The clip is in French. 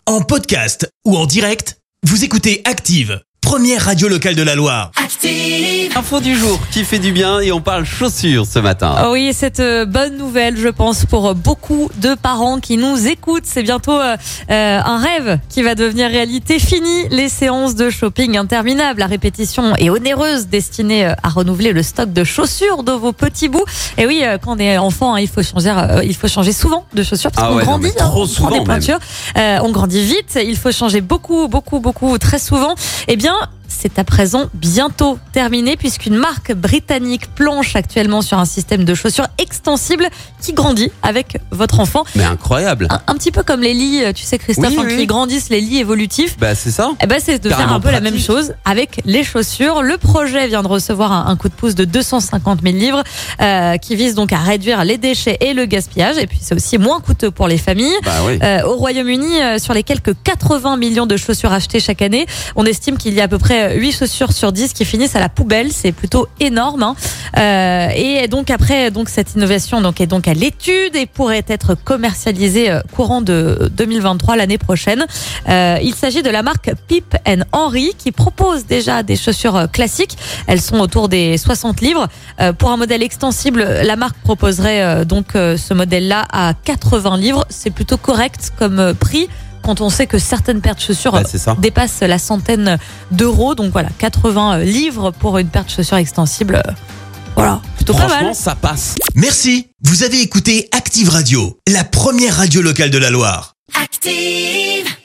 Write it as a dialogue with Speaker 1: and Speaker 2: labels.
Speaker 1: En podcast ou en direct, vous écoutez Active, première radio locale de la Loire.
Speaker 2: Active.
Speaker 3: Info du jour qui fait du bien et on parle chaussures ce matin.
Speaker 4: Oh oui, cette bonne nouvelle, je pense, pour beaucoup de parents qui nous écoutent. C'est bientôt un rêve qui va devenir réalité. Fini les séances de shopping interminables. La répétition est onéreuse, destinée à renouveler le stock de chaussures de vos petits bous. Et oui, quand on est enfant, il faut changer souvent de chaussures parce qu'on grandit.
Speaker 3: Trop
Speaker 4: on
Speaker 3: souvent
Speaker 4: prend des
Speaker 3: même.
Speaker 4: pointures. On grandit vite. Il faut changer beaucoup, très souvent. Eh bien, c'est à présent bientôt terminé puisqu'une marque britannique planche actuellement sur un système de chaussures extensible qui grandit avec votre enfant.
Speaker 3: Mais incroyable.
Speaker 4: Un petit peu comme les lits, tu sais Christophe,
Speaker 3: Oui.
Speaker 4: qui grandissent, les lits évolutifs.
Speaker 3: Bah c'est ça.
Speaker 4: Eh ben, c'est de faire
Speaker 3: Carrément
Speaker 4: un peu la
Speaker 3: pratique.
Speaker 4: même chose avec les chaussures. Le projet vient de recevoir un coup de pouce de 250 000 livres qui vise donc à réduire les déchets et le gaspillage. Et puis c'est aussi moins coûteux pour les familles.
Speaker 3: Bah oui.
Speaker 4: Au Royaume-Uni, sur les quelques 80 millions de chaussures achetées chaque année, on estime qu'il y a à peu près 8 chaussures sur 10 qui finissent à la poubelle. C'est plutôt énorme. Et donc après, cette innovation est donc à l'étude et pourrait être commercialisée courant de 2023, l'année prochaine. Il s'agit de la marque Pip & Henry qui propose déjà des chaussures classiques. Elles sont autour des 60 livres. Pour un modèle extensible, la marque proposerait ce modèle-là à 80 livres. C'est plutôt correct comme prix quand on sait que certaines paires de chaussures
Speaker 3: C'est ça.
Speaker 4: dépassent la centaine d'euros. Donc voilà, 80 livres pour une paire de chaussures extensible. Voilà, plutôt pas
Speaker 3: Franchement,
Speaker 4: mal.
Speaker 3: ça passe.
Speaker 1: Merci, vous avez écouté Active Radio, la première radio locale de la Loire.
Speaker 2: Active.